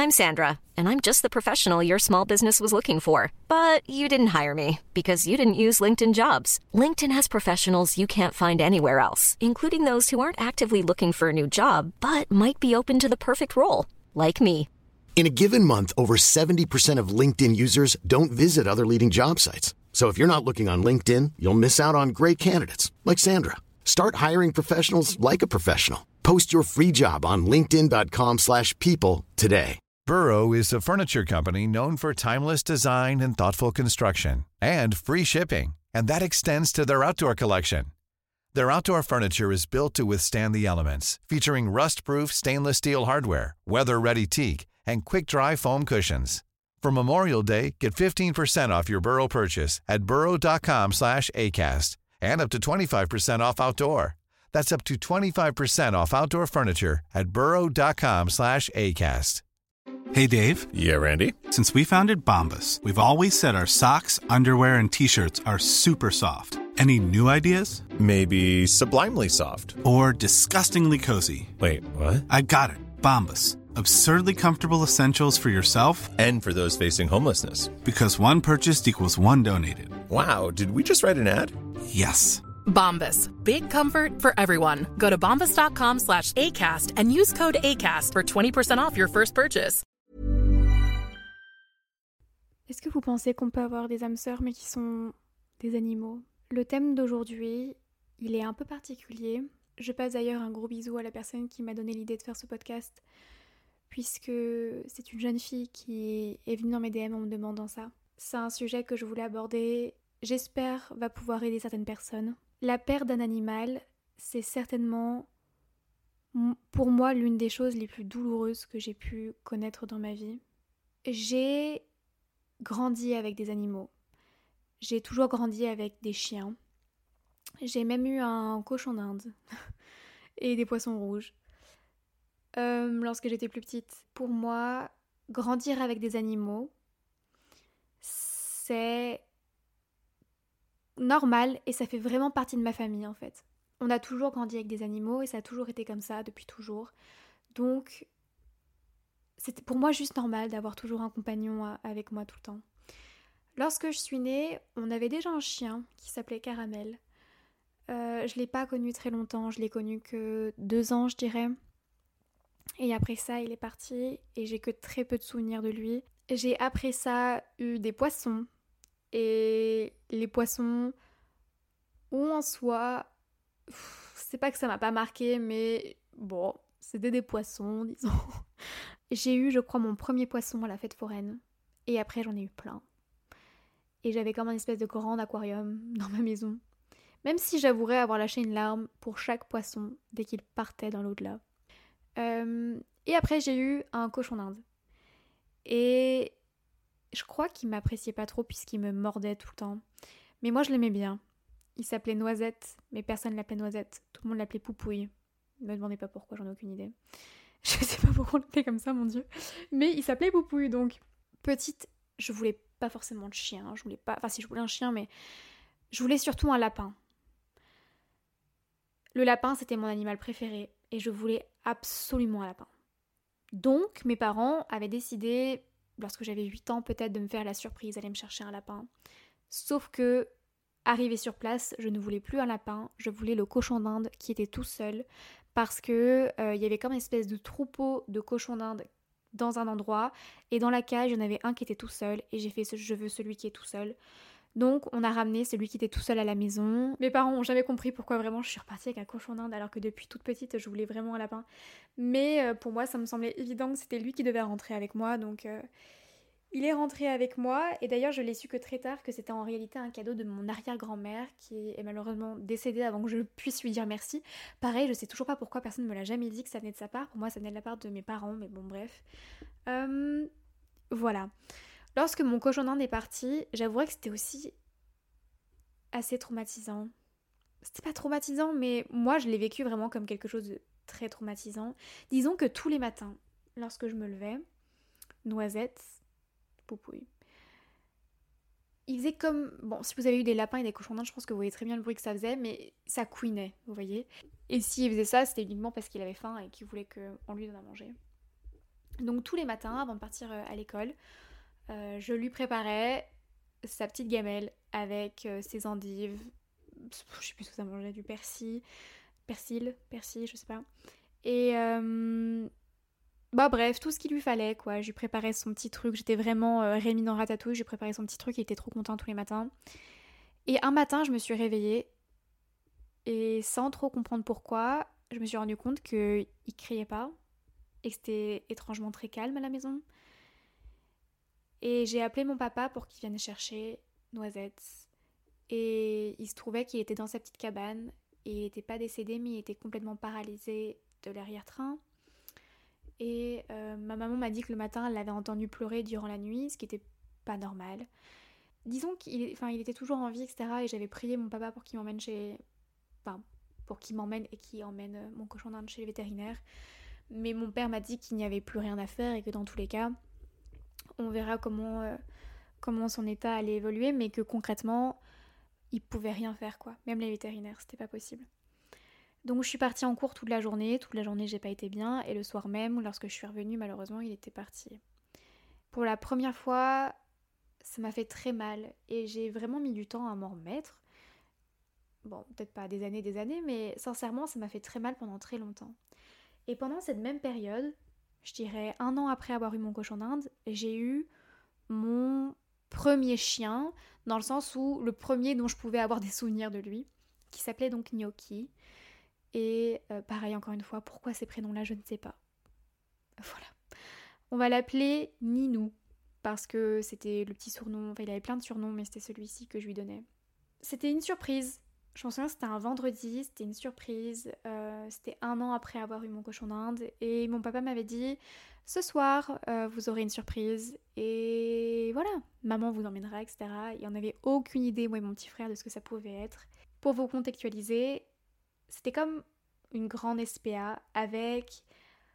I'm Sandra, and I'm just the professional your small business was looking for. But you didn't hire me because you didn't use LinkedIn Jobs. LinkedIn has professionals you can't find anywhere else, including those who aren't actively looking for a new job, but might be open to the perfect role, like me. In a given month, over 70% of LinkedIn users don't visit other leading job sites. So if you're not looking on LinkedIn, you'll miss out on great candidates like Sandra. Start hiring professionals like a professional. Post your free job on linkedin.com/people today. Burrow is a furniture company known for timeless design and thoughtful construction and free shipping, and that extends to their outdoor collection. Their outdoor furniture is built to withstand the elements, featuring rust-proof stainless steel hardware, weather-ready teak, and quick-dry foam cushions. For Memorial Day, get 15% off your Burrow purchase at burrow.com/acast and up to 25% off outdoor. That's up to 25% off outdoor furniture at burrow.com/acast. Hey, Dave. Yeah, Randy. Since we founded Bombas, we've always said our socks, underwear, and T-shirts are super soft. Any new ideas? Maybe sublimely soft. Or disgustingly cozy. Wait, what? I got it. Bombas. Absurdly comfortable essentials for yourself and for those facing homelessness. Because one purchased equals one donated. Wow, did we just write an ad? Yes. Bombas. Big comfort for everyone. Go to bombas.com/ACAST and use code ACAST for 20% off your first purchase. Est-ce que vous pensez qu'on peut avoir des âmes sœurs mais qui sont des animaux ? Le thème d'aujourd'hui, il est un peu particulier. Je passe d'ailleurs un gros bisou à la personne qui m'a donné l'idée de faire ce podcast, puisque c'est une jeune fille qui est venue dans mes DM en me demandant ça. C'est un sujet que je voulais aborder, j'espère va pouvoir aider certaines personnes. La perte d'un animal, c'est certainement pour moi l'une des choses les plus douloureuses que j'ai pu connaître dans ma vie. J'ai grandi avec des animaux. J'ai toujours grandi avec des chiens. J'ai même eu un cochon d'Inde et des poissons rouges. Lorsque j'étais plus petite, pour moi, grandir avec des animaux, c'est normal et ça fait vraiment partie de ma famille en fait. On a toujours grandi avec des animaux et ça a toujours été comme ça depuis toujours. Donc, c'était pour moi juste normal d'avoir toujours un compagnon avec moi tout le temps. Lorsque je suis née, on avait déjà un chien qui s'appelait Caramel. Je l'ai pas connu très longtemps, je l'ai connu que 2 ans je dirais. Et après ça, il est parti et j'ai que très peu de souvenirs de lui. J'ai après ça eu des poissons. Et les poissons ont en soi... c'est pas que ça m'a pas marqué, mais bon, c'était des poissons, disons. J'ai eu, je crois, mon premier poisson à la fête foraine. Et après, j'en ai eu plein. Et j'avais comme un espèce de grand aquarium dans ma maison. Même si j'avouerais avoir lâché une larme pour chaque poisson dès qu'il partait dans l'au-delà. Et après, j'ai eu un cochon d'Inde. Et je crois qu'il m'appréciait pas trop puisqu'il me mordait tout le temps. Mais moi, je l'aimais bien. Il s'appelait Noisette, mais personne l'appelait Noisette. Tout le monde l'appelait Poupouille. Ne me demandez pas pourquoi, j'en ai aucune idée. Je sais pas pourquoi on l'appelait comme ça, mon Dieu. Mais il s'appelait Poupouille, donc. Petite, je voulais pas forcément de chien. Je voulais pas... Enfin, si je voulais un chien, mais... Je voulais surtout un lapin. Le lapin, c'était mon animal préféré. Et je voulais absolument un lapin. Donc, mes parents avaient décidé, lorsque j'avais 8 ans peut-être, de me faire la surprise, d'aller me chercher un lapin. Sauf que, arrivé sur place, je ne voulais plus un lapin, je voulais le cochon d'Inde qui était tout seul, parce que y avait comme une espèce de troupeau de cochons d'Inde dans un endroit, et dans la cage, il y en avait un qui était tout seul, et j'ai fait je veux celui qui est tout seul. Donc on a ramené celui qui était tout seul à la maison. Mes parents n'ont jamais compris pourquoi vraiment je suis repartie avec un cochon d'Inde alors que depuis toute petite je voulais vraiment un lapin. Mais pour moi ça me semblait évident que c'était lui qui devait rentrer avec moi, donc il est rentré avec moi. Et d'ailleurs je l'ai su que très tard que c'était en réalité un cadeau de mon arrière-grand-mère qui est malheureusement décédée avant que je puisse lui dire merci. Pareil, je sais toujours pas pourquoi personne ne me l'a jamais dit que ça venait de sa part. Pour moi ça venait de la part de mes parents, mais bon bref. Voilà. Lorsque mon cochon d'Inde est parti, j'avouerais que c'était aussi assez traumatisant. C'était pas traumatisant, mais moi je l'ai vécu vraiment comme quelque chose de très traumatisant. Disons que tous les matins, lorsque je me levais, Noisette, Poupouille, il faisait comme... Bon, si vous avez eu des lapins et des cochons d'Inde, je pense que vous voyez très bien le bruit que ça faisait, mais ça couinait, vous voyez. Et s'il faisait ça, c'était uniquement parce qu'il avait faim et qu'il voulait qu'on lui donne à manger. Donc tous les matins, avant de partir à l'école, je lui préparais sa petite gamelle avec ses endives, je sais plus ce que ça mangeait, du persil, je sais pas. Et bref, tout ce qu'il lui fallait, quoi. Je lui préparais son petit truc, j'étais vraiment Rémi dans Ratatouille, je lui préparais son petit truc, il était trop content tous les matins. Et un matin, je me suis réveillée, et sans trop comprendre pourquoi, je me suis rendu compte qu'il criait pas, et que c'était étrangement très calme à la maison. Et j'ai appelé mon papa pour qu'il vienne chercher Noisette. Et il se trouvait qu'il était dans sa petite cabane, et il n'était pas décédé, mais il était complètement paralysé de l'arrière-train. Et ma maman m'a dit que le matin, elle l'avait entendu pleurer durant la nuit, ce qui n'était pas normal. Disons qu'il était toujours en vie, etc. Et j'avais prié mon papa pour qu'il m'emmène pour qu'il m'emmène et qu'il emmène mon cochon d'Inde chez le vétérinaire. Mais mon père m'a dit qu'il n'y avait plus rien à faire et que dans tous les cas, on verra comment son état allait évoluer, mais que concrètement, il pouvait rien faire, quoi. Même les vétérinaires, c'était pas possible. Donc je suis partie en cours toute la journée j'ai pas été bien, et le soir même, lorsque je suis revenue, malheureusement, il était parti. Pour la première fois, ça m'a fait très mal, et j'ai vraiment mis du temps à m'en remettre. Bon, peut-être pas des années, mais sincèrement, ça m'a fait très mal pendant très longtemps. Et pendant cette même période, je dirais 1 an après avoir eu mon cochon d'Inde, j'ai eu mon premier chien, dans le sens où le premier dont je pouvais avoir des souvenirs de lui, qui s'appelait donc Gnocchi. Et pareil, encore une fois, pourquoi ces prénoms-là, je ne sais pas. Voilà. On va l'appeler Ninou, parce que c'était le petit surnom, enfin il avait plein de surnoms, mais c'était celui-ci que je lui donnais. C'était une surprise. Je me souviens, c'était un vendredi, c'était une surprise. C'était 1 an après avoir eu mon cochon d'Inde. Et mon papa m'avait dit, ce soir, vous aurez une surprise. Et voilà, maman vous emmènera, etc. Et on n'avait aucune idée, moi et mon petit frère, de ce que ça pouvait être. Pour vous contextualiser, c'était comme une grande SPA avec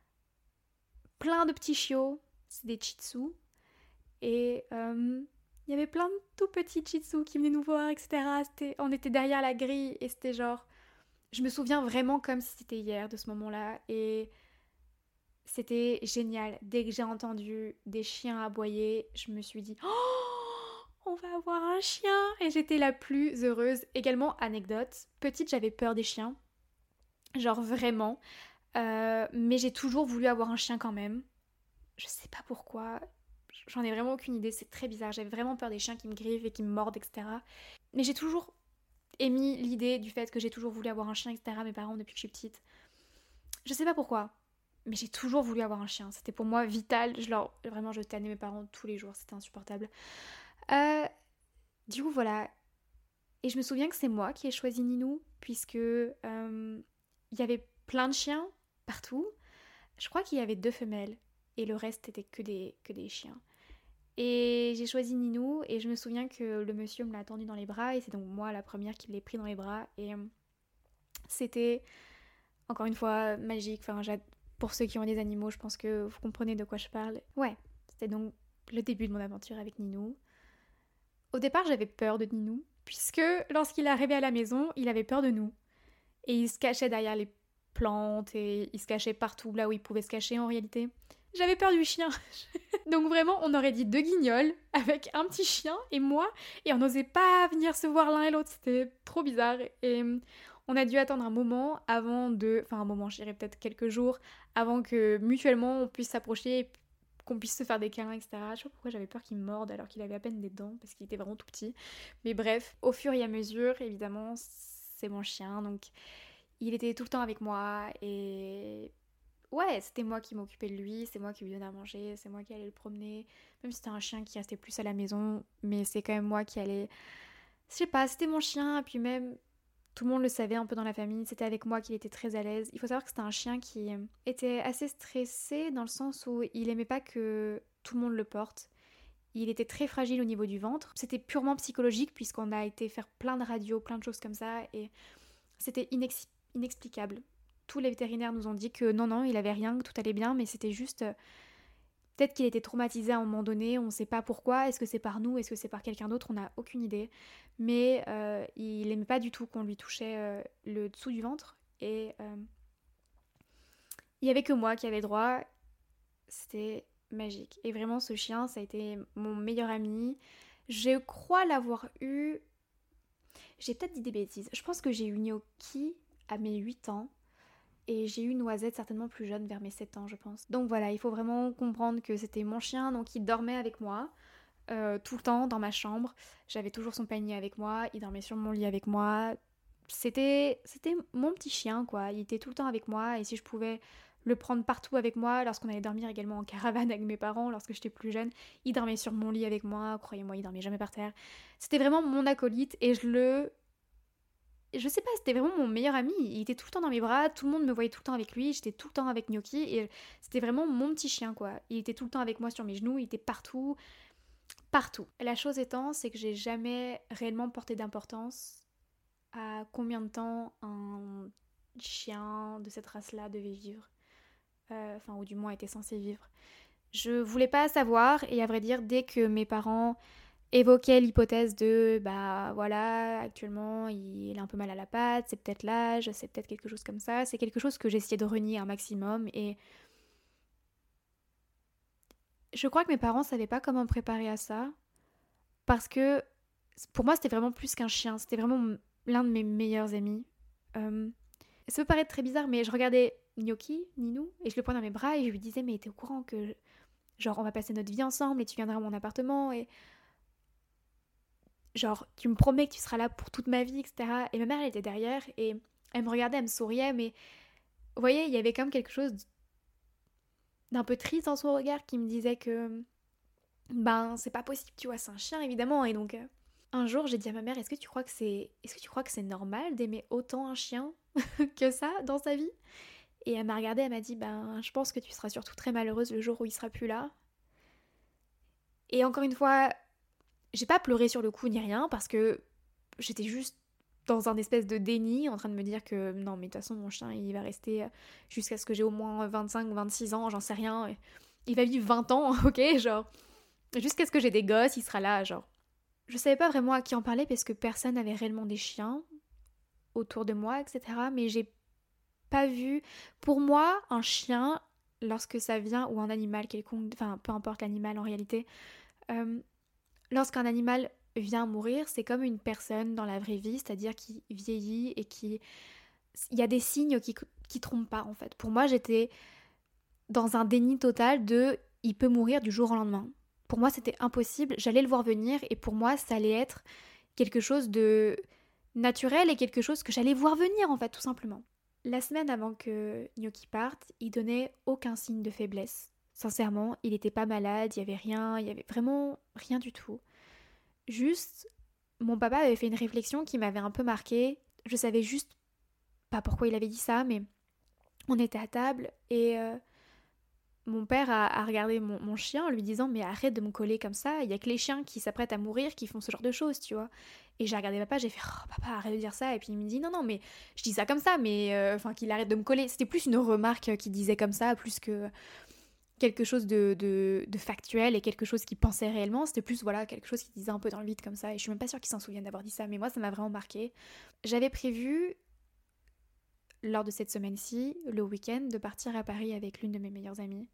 plein de petits chiots, c'est des shih tzus. Et il y avait plein de tout petits shih tzus qui venaient nous voir, etc. On était derrière la grille et c'était genre... Je me souviens vraiment comme si c'était hier de ce moment-là, et c'était génial. Dès que j'ai entendu des chiens aboyer, je me suis dit « Oh, on va avoir un chien !» Et j'étais la plus heureuse. Également, anecdote, petite, j'avais peur des chiens. Genre vraiment. Mais j'ai toujours voulu avoir un chien quand même. Je sais pas pourquoi. J'en ai vraiment aucune idée, c'est très bizarre. J'avais vraiment peur des chiens qui me griffent et qui me mordent, etc. Mais j'ai toujours émis l'idée du fait que j'ai toujours voulu avoir un chien, etc. Mes parents, depuis que je suis petite. Je sais pas pourquoi, mais j'ai toujours voulu avoir un chien. C'était pour moi vital. Vraiment, je tannais mes parents tous les jours. C'était insupportable. Du coup, voilà. Et je me souviens que c'est moi qui ai choisi Ninou, puisque il y avait plein de chiens partout. Je crois qu'il y avait 2 femelles. Et le reste était que des chiens. Et j'ai choisi Ninou, et je me souviens que le monsieur me l'a tendu dans les bras, et c'est donc moi la première qui l'ai pris dans les bras. Et c'était, encore une fois, magique. Enfin, pour ceux qui ont des animaux, je pense que vous comprenez de quoi je parle. Ouais, c'était donc le début de mon aventure avec Ninou. Au départ, j'avais peur de Ninou, puisque lorsqu'il est arrivé à la maison, il avait peur de nous. Et il se cachait derrière les plantes, et il se cachait partout là où il pouvait se cacher en réalité. J'avais peur du chien. Donc vraiment, on aurait dit 2 guignols avec un petit chien et moi, et on n'osait pas venir se voir l'un et l'autre. C'était trop bizarre. Et on a dû attendre un moment je dirais peut-être quelques jours, avant que mutuellement on puisse s'approcher et qu'on puisse se faire des câlins, etc. Je sais pas pourquoi j'avais peur qu'il me morde alors qu'il avait à peine des dents, parce qu'il était vraiment tout petit. Mais bref, au fur et à mesure, évidemment, c'est mon chien, donc il était tout le temps avec moi, et ouais, c'était moi qui m'occupais de lui, c'est moi qui lui donnais à manger, c'est moi qui allais le promener, même si c'était un chien qui restait plus à la maison, mais c'est quand même moi qui allais... Je sais pas, c'était mon chien, et puis même, tout le monde le savait un peu dans la famille, c'était avec moi qu'il était très à l'aise. Il faut savoir que c'était un chien qui était assez stressé, dans le sens où il aimait pas que tout le monde le porte. Il était très fragile au niveau du ventre. C'était purement psychologique, puisqu'on a été faire plein de radios, plein de choses comme ça, et c'était inexplicable. Tous les vétérinaires nous ont dit que non, il avait rien, que tout allait bien, mais c'était juste... Peut-être qu'il était traumatisé à un moment donné, on ne sait pas pourquoi, est-ce que c'est par nous, est-ce que c'est par quelqu'un d'autre, on n'a aucune idée. Mais il n'aimait pas du tout qu'on lui touchait le dessous du ventre, et il n'y avait que moi qui avais droit. c'était magique. Et vraiment, ce chien, ça a été mon meilleur ami. Je crois l'avoir eu... J'ai peut-être dit des bêtises. Je pense que j'ai eu Gnocchi à mes 8 ans. Et j'ai eu Noisette certainement plus jeune, vers mes 7 ans, je pense. Donc voilà, il faut vraiment comprendre que c'était mon chien, donc il dormait avec moi. Tout le temps dans ma chambre. J'avais toujours son panier avec moi. Il dormait sur mon lit avec moi. C'était mon petit chien, quoi. Il était tout le temps avec moi. Et si je pouvais le prendre partout avec moi, lorsqu'on allait dormir également en caravane avec mes parents, lorsque j'étais plus jeune, il dormait sur mon lit avec moi. Croyez-moi, il dormait jamais par terre. C'était vraiment mon acolyte et je sais pas, c'était vraiment mon meilleur ami. Il était tout le temps dans mes bras, tout le monde me voyait tout le temps avec lui, j'étais tout le temps avec Gnocchi et c'était vraiment mon petit chien, quoi. Il était tout le temps avec moi sur mes genoux, il était partout. Partout. La chose étant, c'est que j'ai jamais réellement porté d'importance à combien de temps un chien de cette race-là devait vivre. Ou du moins était censé vivre. Je voulais pas savoir, et à vrai dire, dès que mes parents évoquaient l'hypothèse de bah voilà, actuellement il a un peu mal à la patte, c'est peut-être l'âge, c'est peut-être quelque chose comme ça, c'est quelque chose que j'essayais de renier un maximum, et je crois que mes parents savaient pas comment me préparer à ça, parce que pour moi c'était vraiment plus qu'un chien, c'était vraiment l'un de mes meilleurs amis. Ça peut paraître très bizarre, mais je regardais Gnocchi, Ninou, et je le prenais dans mes bras et je lui disais mais t'es au courant que genre on va passer notre vie ensemble et tu viendras à mon appartement et genre tu me promets que tu seras là pour toute ma vie, etc. Et ma mère elle était derrière et elle me regardait, elle me souriait, mais vous voyez, il y avait comme quelque chose d'un peu triste dans son regard qui me disait que ben c'est pas possible, tu vois, c'est un chien évidemment. Et donc un jour j'ai dit à ma mère, est-ce que tu crois que c'est normal d'aimer autant un chien que ça dans sa vie? Et elle m'a regardée, elle m'a dit ben je pense que tu seras surtout très malheureuse le jour où il sera plus là. Et encore une fois, j'ai pas pleuré sur le coup ni rien parce que j'étais juste dans un espèce de déni en train de me dire que non mais de toute façon mon chien il va rester jusqu'à ce que j'ai au moins 25 ou 26 ans, j'en sais rien. Il va vivre 20 ans, ok, genre jusqu'à ce que j'ai des gosses, il sera là, genre. Je savais pas vraiment à qui en parler parce que personne n'avait réellement des chiens autour de moi, etc. Mais j'ai pas vu... Pour moi, un chien, lorsque ça vient, ou un animal quelconque, enfin peu importe l'animal en réalité, lorsqu'un animal vient mourir, c'est comme une personne dans la vraie vie, c'est-à-dire qui vieillit et qui... Il y a des signes qui trompent pas en fait. Pour moi, j'étais dans un déni total de... Il peut mourir du jour au lendemain. Pour moi, c'était impossible, j'allais le voir venir et pour moi, ça allait être quelque chose de naturel et quelque chose que j'allais voir venir en fait, tout simplement. La semaine avant que Gnocchi parte, il donnait aucun signe de faiblesse. Sincèrement, il était pas malade, il y avait rien, il y avait vraiment rien du tout. Juste, mon papa avait fait une réflexion qui m'avait un peu marquée. Je savais juste pas pourquoi il avait dit ça, mais on était à table et mon père a regardé mon chien en lui disant mais arrête de me coller comme ça, il y a que les chiens qui s'apprêtent à mourir qui font ce genre de choses, tu vois. Et j'ai regardé papa, j'ai fait oh papa arrête de dire ça, et puis il me dit non mais je dis ça comme ça, mais qu'il arrête de me coller. C'était plus une remarque qu'il disait comme ça, plus que quelque chose de factuel et quelque chose qu'il pensait réellement. C'était plus voilà quelque chose qu'il disait un peu dans le vide comme ça, et je suis même pas sûre qu'il s'en souvienne d'avoir dit ça, mais moi ça m'a vraiment marqué. J'avais prévu lors de cette semaine-ci, le week-end, de partir à Paris avec l'une de mes meilleures amies.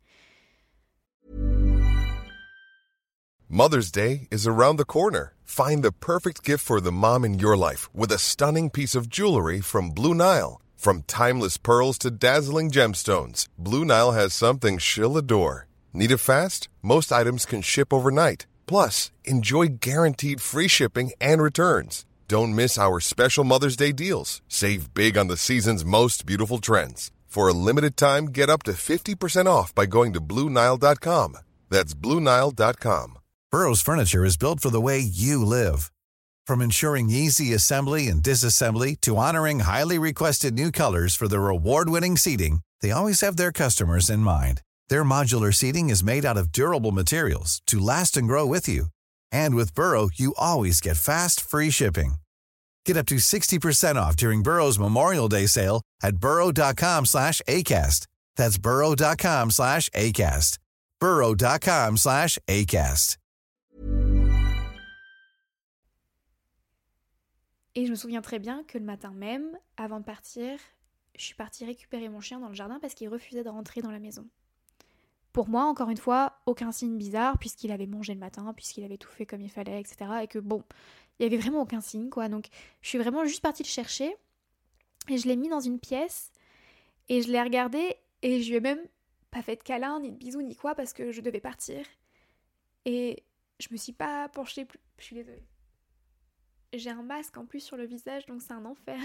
Mother's Day is around the corner. Find the perfect gift for the mom in your life with a stunning piece of jewelry from Blue Nile. From timeless pearls to dazzling gemstones, Blue Nile has something she'll adore. Need it fast? Most items can ship overnight. Plus, enjoy guaranteed free shipping and returns. Don't miss our special Mother's Day deals. Save big on the season's most beautiful trends. For a limited time, get up to 50% off by going to BlueNile.com. That's BlueNile.com. Burrow's furniture is built for the way you live. From ensuring easy assembly and disassembly to honoring highly requested new colors for their award-winning seating, they always have their customers in mind. Their modular seating is made out of durable materials to last and grow with you. And with Burrow, you always get fast, free shipping. Get up to 60% off during Burrow's Memorial Day sale at burrow.com/ACAST. That's burrow.com/ACAST. burrow.com/ACAST. Et je me souviens très bien que le matin même, avant de partir, je suis partie récupérer mon chien dans le jardin parce qu'il refusait de rentrer dans la maison. pour moi, encore une fois, aucun signe bizarre, puisqu'il avait mangé le matin, puisqu'il avait tout fait comme il fallait, etc. Et que bon, il y avait vraiment aucun signe, quoi. Donc je suis vraiment juste partie le chercher, et je l'ai mis dans une pièce, et je l'ai regardé, et je lui ai même pas fait de câlin, ni de bisous, ni quoi, parce que je devais partir. Et je me suis pas penchée plus... Je suis désolée. J'ai un masque en plus sur le visage, donc c'est un enfer.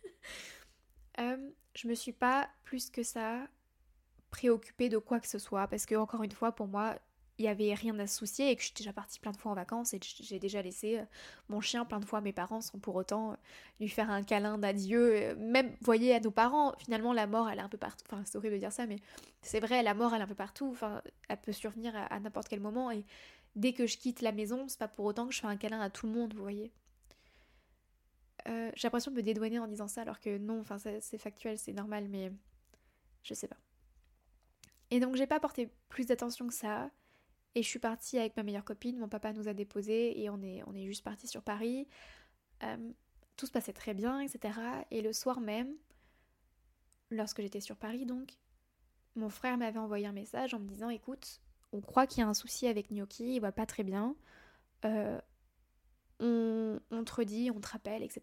Je me suis pas plus que ça préoccupée de quoi que ce soit, parce que encore une fois, pour moi, il y avait rien à se soucier, et que je suis déjà partie plein de fois en vacances, et j'ai déjà laissé mon chien plein de fois à mes parents sans pour autant lui faire un câlin d'adieu. Même, vous voyez, à nos parents, finalement, la mort, elle est un peu partout. Enfin, c'est horrible de dire ça, mais c'est vrai, la mort, elle est un peu partout. Enfin, elle peut survenir à n'importe quel moment, et dès que je quitte la maison, c'est pas pour autant que je fais un câlin à tout le monde, vous voyez. J'ai l'impression de me dédouaner en disant ça, alors que non, enfin c'est factuel, c'est normal, mais je sais pas. Et donc j'ai pas porté plus d'attention que ça, et je suis partie avec ma meilleure copine, mon papa nous a déposés, et on est juste partis sur Paris. Tout se passait très bien, etc. Et le soir même, lorsque j'étais sur Paris donc, mon frère m'avait envoyé un message en me disant « Écoute, on croit qu'il y a un souci avec Gnocchi, il va pas très bien. On te redit, on te rappelle, etc. »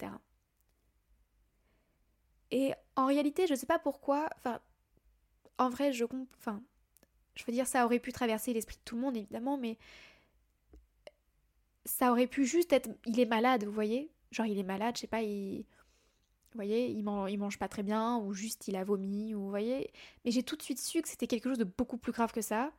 Et en réalité, je sais pas pourquoi, enfin, en vrai, je veux dire, ça aurait pu traverser l'esprit de tout le monde, évidemment, mais ça aurait pu juste être, il est malade, vous voyez, genre il est malade, je sais pas, vous voyez, il mange pas très bien, ou juste il a vomi, ou vous voyez, mais j'ai tout de suite su que c'était quelque chose de beaucoup plus grave que ça,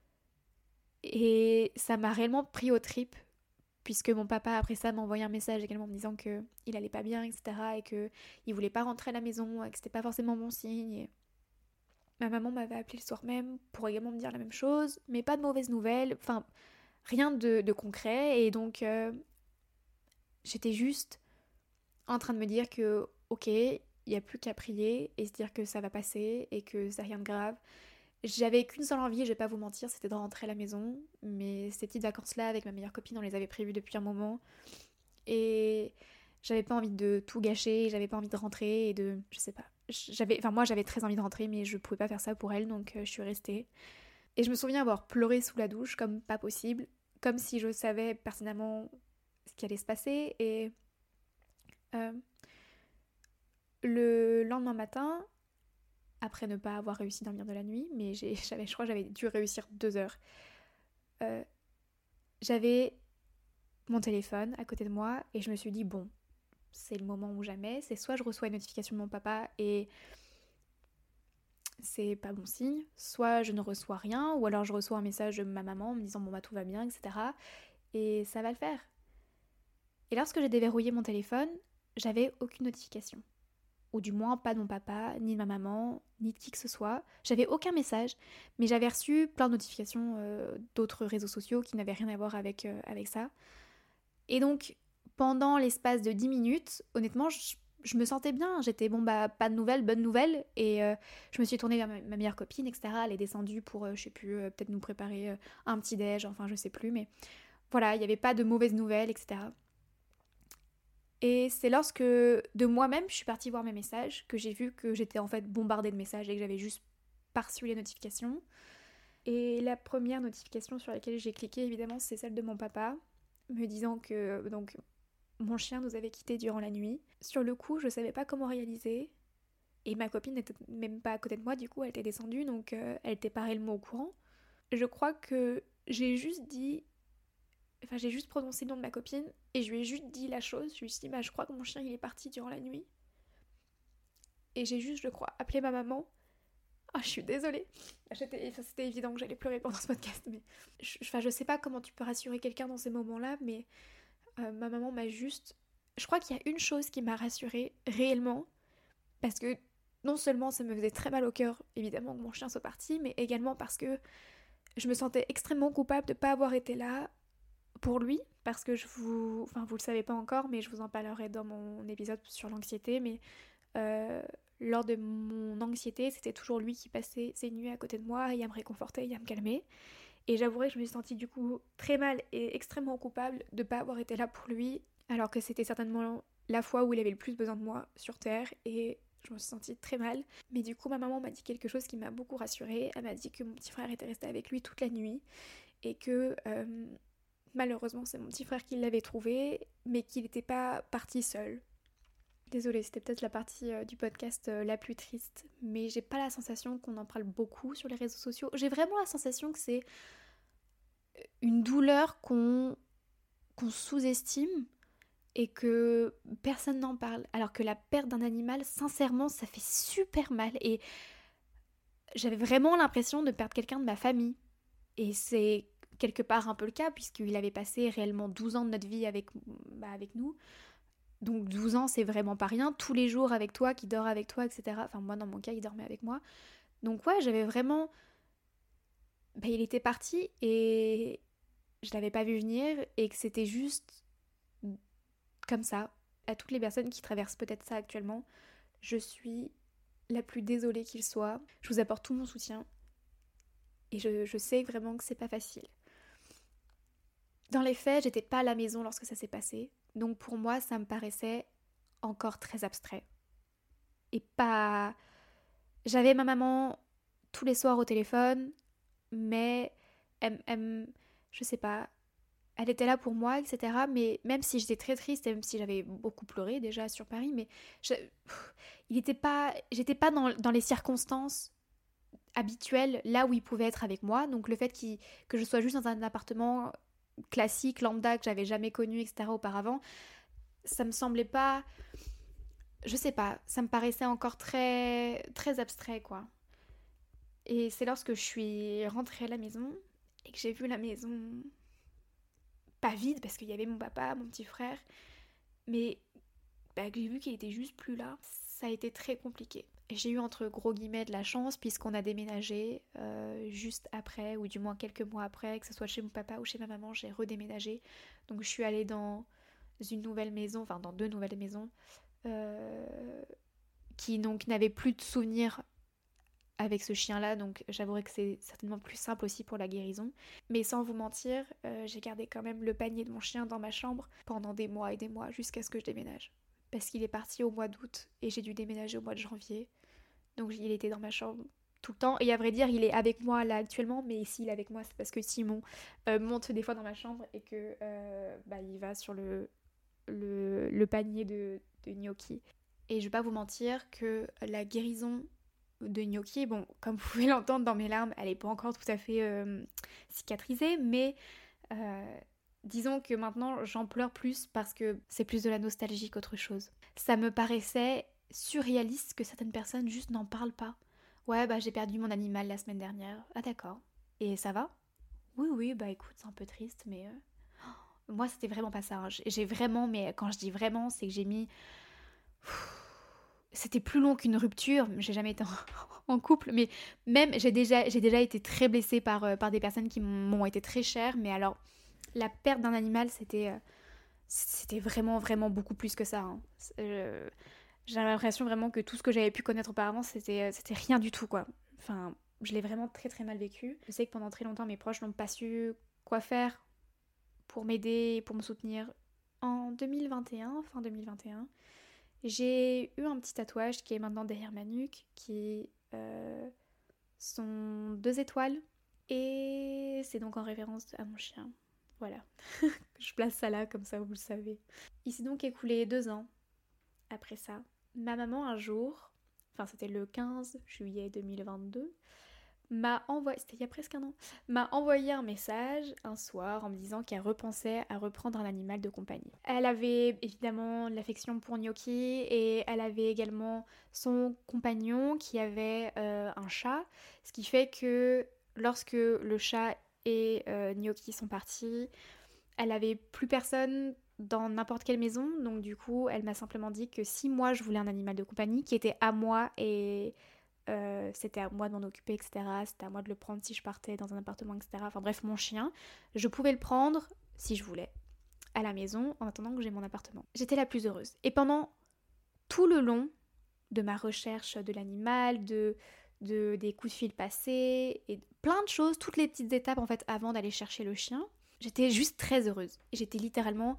et ça m'a réellement pris aux tripes, puisque mon papa, après ça, m'a envoyé un message également me disant qu'il allait pas bien, etc., et qu'il voulait pas rentrer à la maison, et que c'était pas forcément bon signe. Et ma maman m'avait appelé le soir même pour également me dire la même chose, mais pas de mauvaises nouvelles, enfin, rien de concret, et donc j'étais juste en train de me dire que, ok, il n'y a plus qu'à prier, et se dire que ça va passer, et que c'est rien de grave. J'avais qu'une seule envie, je vais pas vous mentir, c'était de rentrer à la maison, mais ces petites vacances-là avec ma meilleure copine, on les avait prévues depuis un moment, et j'avais pas envie de tout gâcher, j'avais pas envie de rentrer, et je sais pas, moi j'avais très envie de rentrer, mais je pouvais pas faire ça pour elle, donc je suis restée. Et je me souviens avoir pleuré sous la douche, comme pas possible, comme si je savais personnellement ce qui allait se passer, et le lendemain matin, après ne pas avoir réussi à dormir de la nuit, mais je crois que j'avais dû réussir 2 heures. J'avais mon téléphone à côté de moi, et je me suis dit, bon, c'est le moment ou jamais, c'est soit je reçois une notification de mon papa et c'est pas bon signe, soit je ne reçois rien, ou alors je reçois un message de ma maman en me disant bon bah tout va bien, etc. Et ça va le faire. Et lorsque j'ai déverrouillé mon téléphone, j'avais aucune notification. Ou du moins pas de mon papa, ni de ma maman, ni de qui que ce soit. J'avais aucun message, mais j'avais reçu plein de notifications d'autres réseaux sociaux qui n'avaient rien à voir avec ça. Et donc, pendant l'espace de 10 minutes, honnêtement, je me sentais bien. J'étais bon bah pas de nouvelles, bonne nouvelle. Et je me suis tournée vers ma meilleure copine, etc. Elle est descendue pour, je sais plus, peut-être nous préparer un petit déj, enfin je sais plus. Mais voilà, il n'y avait pas de mauvaises nouvelles, etc. Et c'est lorsque, de moi-même, je suis partie voir mes messages, que j'ai vu que j'étais en fait bombardée de messages et que j'avais juste pas reçu les notifications. Et la première notification sur laquelle j'ai cliqué, évidemment, c'est celle de mon papa, me disant que donc mon chien nous avait quittés durant la nuit. Sur le coup, je savais pas comment réaliser, et ma copine n'était même pas à côté de moi, du coup elle était descendue, donc elle était pas réellement au courant. Je crois que j'ai juste prononcé le nom de ma copine, et je lui ai juste dit la chose. Je lui ai dit bah je crois que mon chien il est parti durant la nuit. Et j'ai juste, je crois, appelé ma maman. Ah, je suis désolée. C'était évident que j'allais pleurer pendant ce podcast, mais je sais pas comment tu peux rassurer quelqu'un dans ces moments-là, mais ma maman m'a juste... Je crois qu'il y a une chose qui m'a rassurée réellement, parce que non seulement ça me faisait très mal au cœur, évidemment, que mon chien soit parti, mais également parce que je me sentais extrêmement coupable de pas avoir été là pour lui, parce que vous le savez pas encore, mais je vous en parlerai dans mon épisode sur l'anxiété, mais lors de mon anxiété, c'était toujours lui qui passait ses nuits à côté de moi et à me réconforter et à me calmer. Et j'avouerai que je me suis sentie du coup très mal et extrêmement coupable de pas avoir été là pour lui, alors que c'était certainement la fois où il avait le plus besoin de moi sur Terre, et Je me suis sentie très mal. Mais du coup, ma maman m'a dit quelque chose qui m'a beaucoup rassurée. Elle m'a dit que mon petit frère était resté avec lui toute la nuit et que malheureusement, c'est mon petit frère qui l'avait trouvé, mais qu'il n'était pas parti seul. Désolée, c'était peut-être la partie du podcast la plus triste, mais j'ai pas la sensation qu'on en parle beaucoup sur les réseaux sociaux. J'ai vraiment la sensation que c'est une douleur qu'on sous-estime et que personne n'en parle. Alors que la perte d'un animal, sincèrement, ça fait super mal. Et j'avais vraiment l'impression de perdre quelqu'un de ma famille. Et c'est quelque part un peu le cas, puisqu'il avait passé réellement 12 ans de notre vie avec nous. Donc 12 ans, c'est vraiment pas rien. Tous les jours avec toi, qui dort avec toi, etc. Enfin, moi, dans mon cas, il dormait avec moi. Donc ouais, j'avais vraiment... il était parti et je l'avais pas vu venir et que c'était juste comme ça. À toutes les personnes qui traversent peut-être ça actuellement, je suis la plus désolée qu'il soit. Je vous apporte tout mon soutien et je sais vraiment que c'est pas facile. Dans les faits, j'étais pas à la maison lorsque ça s'est passé. Donc pour moi, ça me paraissait encore très abstrait. Et pas... J'avais ma maman tous les soirs au téléphone, mais je sais pas, elle était là pour moi, etc. Mais même si j'étais très triste et même si j'avais beaucoup pleuré déjà sur Paris, mais j'étais pas dans les circonstances habituelles, là où il pouvait être avec moi. Donc le fait que je sois juste dans un appartement classique, lambda, que j'avais jamais connu, etc. auparavant, ça me semblait pas... Je sais pas, ça me paraissait encore très, très abstrait, quoi. Et c'est lorsque je suis rentrée à la maison et que j'ai vu la maison pas vide, parce qu'il y avait mon papa, mon petit frère, mais que j'ai vu qu'il était juste plus là. Ça a été très compliqué. Et j'ai eu entre gros guillemets de la chance puisqu'on a déménagé juste après, ou du moins quelques mois après, que ce soit chez mon papa ou chez ma maman, j'ai redéménagé. Donc je suis allée dans une nouvelle maison, enfin dans 2 nouvelles maisons, qui donc n'avaient plus de souvenirs avec ce chien-là, donc j'avouerai que c'est certainement plus simple aussi pour la guérison. Mais sans vous mentir, j'ai gardé quand même le panier de mon chien dans ma chambre pendant des mois et des mois jusqu'à ce que je déménage. Parce qu'il est parti au mois d'août et j'ai dû déménager au mois de janvier. Donc il était dans ma chambre tout le temps. Et à vrai dire, il est avec moi là actuellement, mais s'il est avec moi, c'est parce que Simon monte des fois dans ma chambre et que il va sur le panier de Gnocchi. Et je vais pas vous mentir que la guérison de Gnocchi, bon, comme vous pouvez l'entendre dans mes larmes, elle est pas encore tout à fait cicatrisée, mais disons que maintenant j'en pleure plus parce que c'est plus de la nostalgie qu'autre chose. Ça me paraissait surréaliste que certaines personnes juste n'en parlent pas. Ouais, j'ai perdu mon animal la semaine dernière. Ah d'accord. Et ça va ? Oui, écoute, c'est un peu triste, mais... Moi, c'était vraiment pas ça. Hein. J'ai vraiment, mais quand je dis vraiment, c'est que j'ai mis... C'était plus long qu'une rupture, j'ai jamais été en couple, mais même j'ai déjà été très blessée par des personnes qui m'ont été très chères, mais alors la perte d'un animal, c'était vraiment, vraiment beaucoup plus que ça. Hein. J'ai l'impression vraiment que tout ce que j'avais pu connaître auparavant, c'était rien du tout, quoi. Enfin, je l'ai vraiment très très mal vécu. Je sais que pendant très longtemps, mes proches n'ont pas su quoi faire pour m'aider, pour me soutenir. En 2021, fin 2021, j'ai eu un petit tatouage qui est maintenant derrière ma nuque, qui sont 2 étoiles. Et c'est donc en référence à mon chien. Voilà. Je place ça là, comme ça vous le savez. Il s'est donc écoulé 2 ans après ça. Ma maman un jour, enfin c'était le 15 juillet 2022, c'était il y a presque un an, m'a envoyé un message un soir en me disant qu'elle repensait à reprendre un animal de compagnie. Elle avait évidemment l'affection pour Gnocchi et elle avait également son compagnon qui avait un chat, ce qui fait que lorsque le chat et Gnocchi sont partis, elle avait plus personne dans n'importe quelle maison, donc du coup elle m'a simplement dit que si moi je voulais un animal de compagnie qui était à moi et c'était à moi de m'en occuper, etc. C'était à moi de le prendre si je partais dans un appartement, etc. Enfin bref, mon chien, je pouvais le prendre si je voulais à la maison en attendant que j'ai mon appartement. J'étais la plus heureuse. Et pendant tout le long de ma recherche de l'animal, des coups de fil passés et plein de choses, toutes les petites étapes en fait avant d'aller chercher le chien, j'étais juste très heureuse. J'étais littéralement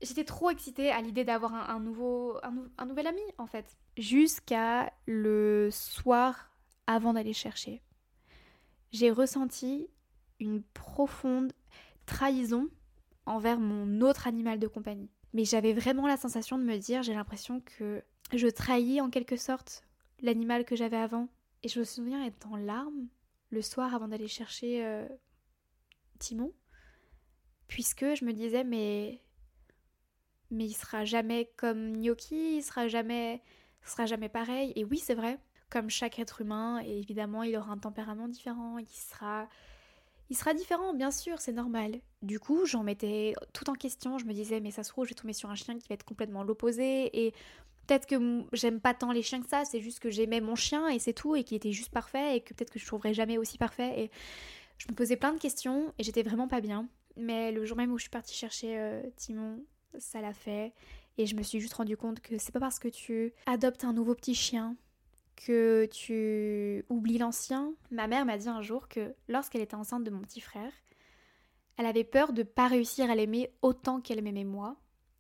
j'étais trop excitée à l'idée d'avoir un nouvel ami en fait. Jusqu'à le soir avant d'aller chercher. J'ai ressenti une profonde trahison envers mon autre animal de compagnie. Mais j'avais vraiment la sensation de me dire, j'ai l'impression que je trahis en quelque sorte l'animal que j'avais avant. Et je me souviens être en larmes le soir avant d'aller chercher Timon, puisque je me disais, mais il sera jamais comme Gnocchi, il sera jamais pareil. Et oui, c'est vrai, comme chaque être humain, et évidemment, il aura un tempérament différent, il sera différent, bien sûr, c'est normal. Du coup, j'en mettais tout en question, je me disais, mais ça se trouve, je vais tomber sur un chien qui va être complètement l'opposé, et peut-être que j'aime pas tant les chiens que ça, c'est juste que j'aimais mon chien, et c'est tout, et qu'il était juste parfait, et que peut-être que je trouverais jamais aussi parfait, et je me posais plein de questions, et j'étais vraiment pas bien. Mais le jour même où je suis partie chercher Timon, ça l'a fait, et je me suis juste rendu compte que c'est pas parce que tu adoptes un nouveau petit chien que tu oublies l'ancien. Ma mère m'a dit un jour que lorsqu'elle était enceinte de mon petit frère, elle avait peur de pas réussir à l'aimer autant qu'elle m'aimait moi.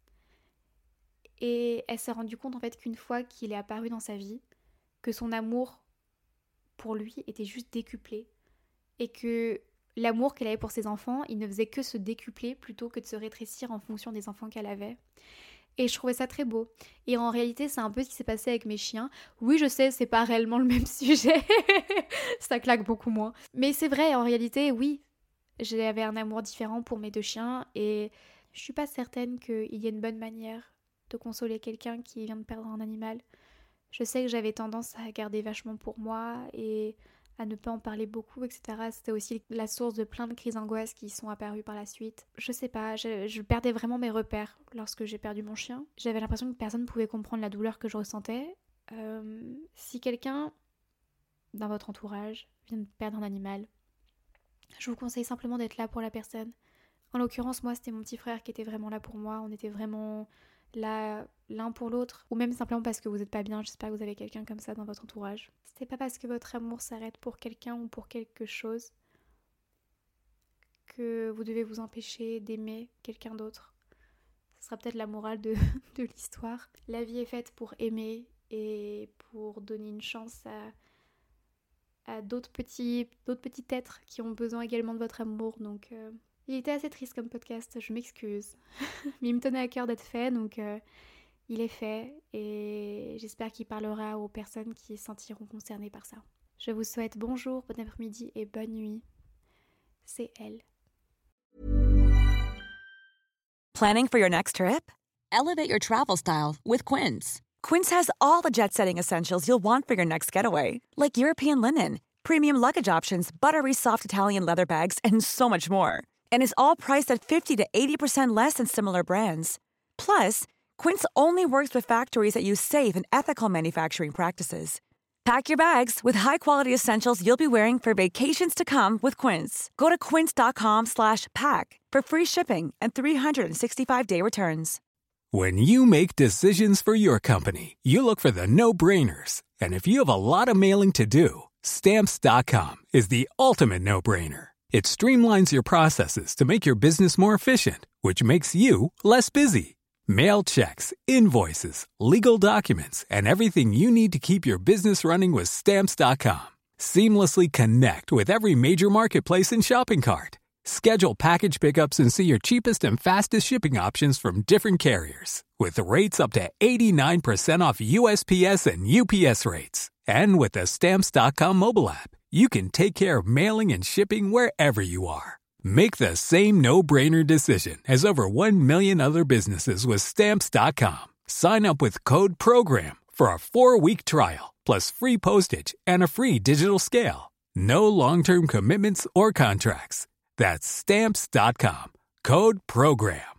Et elle s'est rendue compte en fait qu'une fois qu'il est apparu dans sa vie, que son amour pour lui était juste décuplé. Et que l'amour qu'elle avait pour ses enfants, il ne faisait que se décupler plutôt que de se rétrécir en fonction des enfants qu'elle avait. Et je trouvais ça très beau. Et en réalité, c'est un peu ce qui s'est passé avec mes chiens. Oui, je sais, c'est pas réellement le même sujet. Ça claque beaucoup moins. Mais c'est vrai, en réalité, oui. J'avais un amour différent pour mes deux chiens. Et je suis pas certaine qu'il y ait une bonne manière de consoler quelqu'un qui vient de perdre un animal. Je sais que j'avais tendance à garder vachement pour moi et à ne pas en parler beaucoup, etc. C'était aussi la source de plein de crises d'angoisse qui sont apparues par la suite. Je sais pas, je perdais vraiment mes repères lorsque j'ai perdu mon chien. J'avais l'impression que personne ne pouvait comprendre la douleur que je ressentais. Si quelqu'un dans votre entourage vient de perdre un animal, je vous conseille simplement d'être là pour la personne. En l'occurrence, moi, c'était mon petit frère qui était vraiment là pour moi. On était vraiment là l'un pour l'autre, ou même simplement parce que vous n'êtes pas bien. J'espère que vous avez quelqu'un comme ça dans votre entourage. C'est pas parce que votre amour s'arrête pour quelqu'un ou pour quelque chose que vous devez vous empêcher d'aimer quelqu'un d'autre. Ce sera peut-être la morale de l'histoire. La vie est faite pour aimer et pour donner une chance à d'autres petits êtres qui ont besoin également de votre amour. Donc il était assez triste comme podcast, je m'excuse. Mais il me tenait à cœur d'être fait, donc il est fait. Et j'espère qu'il parlera aux personnes qui se sentiront concernées par ça. Je vous souhaite bonjour, bon après-midi et bonne nuit. C'est elle. Planning for your next trip? Elevate your travel style with Quince. Quince has all the jet-setting essentials you'll want for your next getaway, like European linen, premium luggage options, buttery soft Italian leather bags, and so much more. And is all priced at 50 to 80% less than similar brands. Plus, Quince only works with factories that use safe and ethical manufacturing practices. Pack your bags with high-quality essentials you'll be wearing for vacations to come with Quince. Go to quince.com/pack for free shipping and 365-day returns. When you make decisions for your company, you look for the no-brainers. And if you have a lot of mailing to do, Stamps.com is the ultimate no-brainer. It streamlines your processes to make your business more efficient, which makes you less busy. Mail checks, invoices, legal documents, and everything you need to keep your business running with Stamps.com. Seamlessly connect with every major marketplace and shopping cart. Schedule package pickups and see your cheapest and fastest shipping options from different carriers. With rates up to 89% off USPS and UPS rates. And with the Stamps.com mobile app, you can take care of mailing and shipping wherever you are. Make the same no-brainer decision as over 1 million other businesses with Stamps.com. Sign up with code PROGRAM for a 4-week trial, plus free postage and a free digital scale. No long-term commitments or contracts. That's Stamps.com. Code PROGRAM.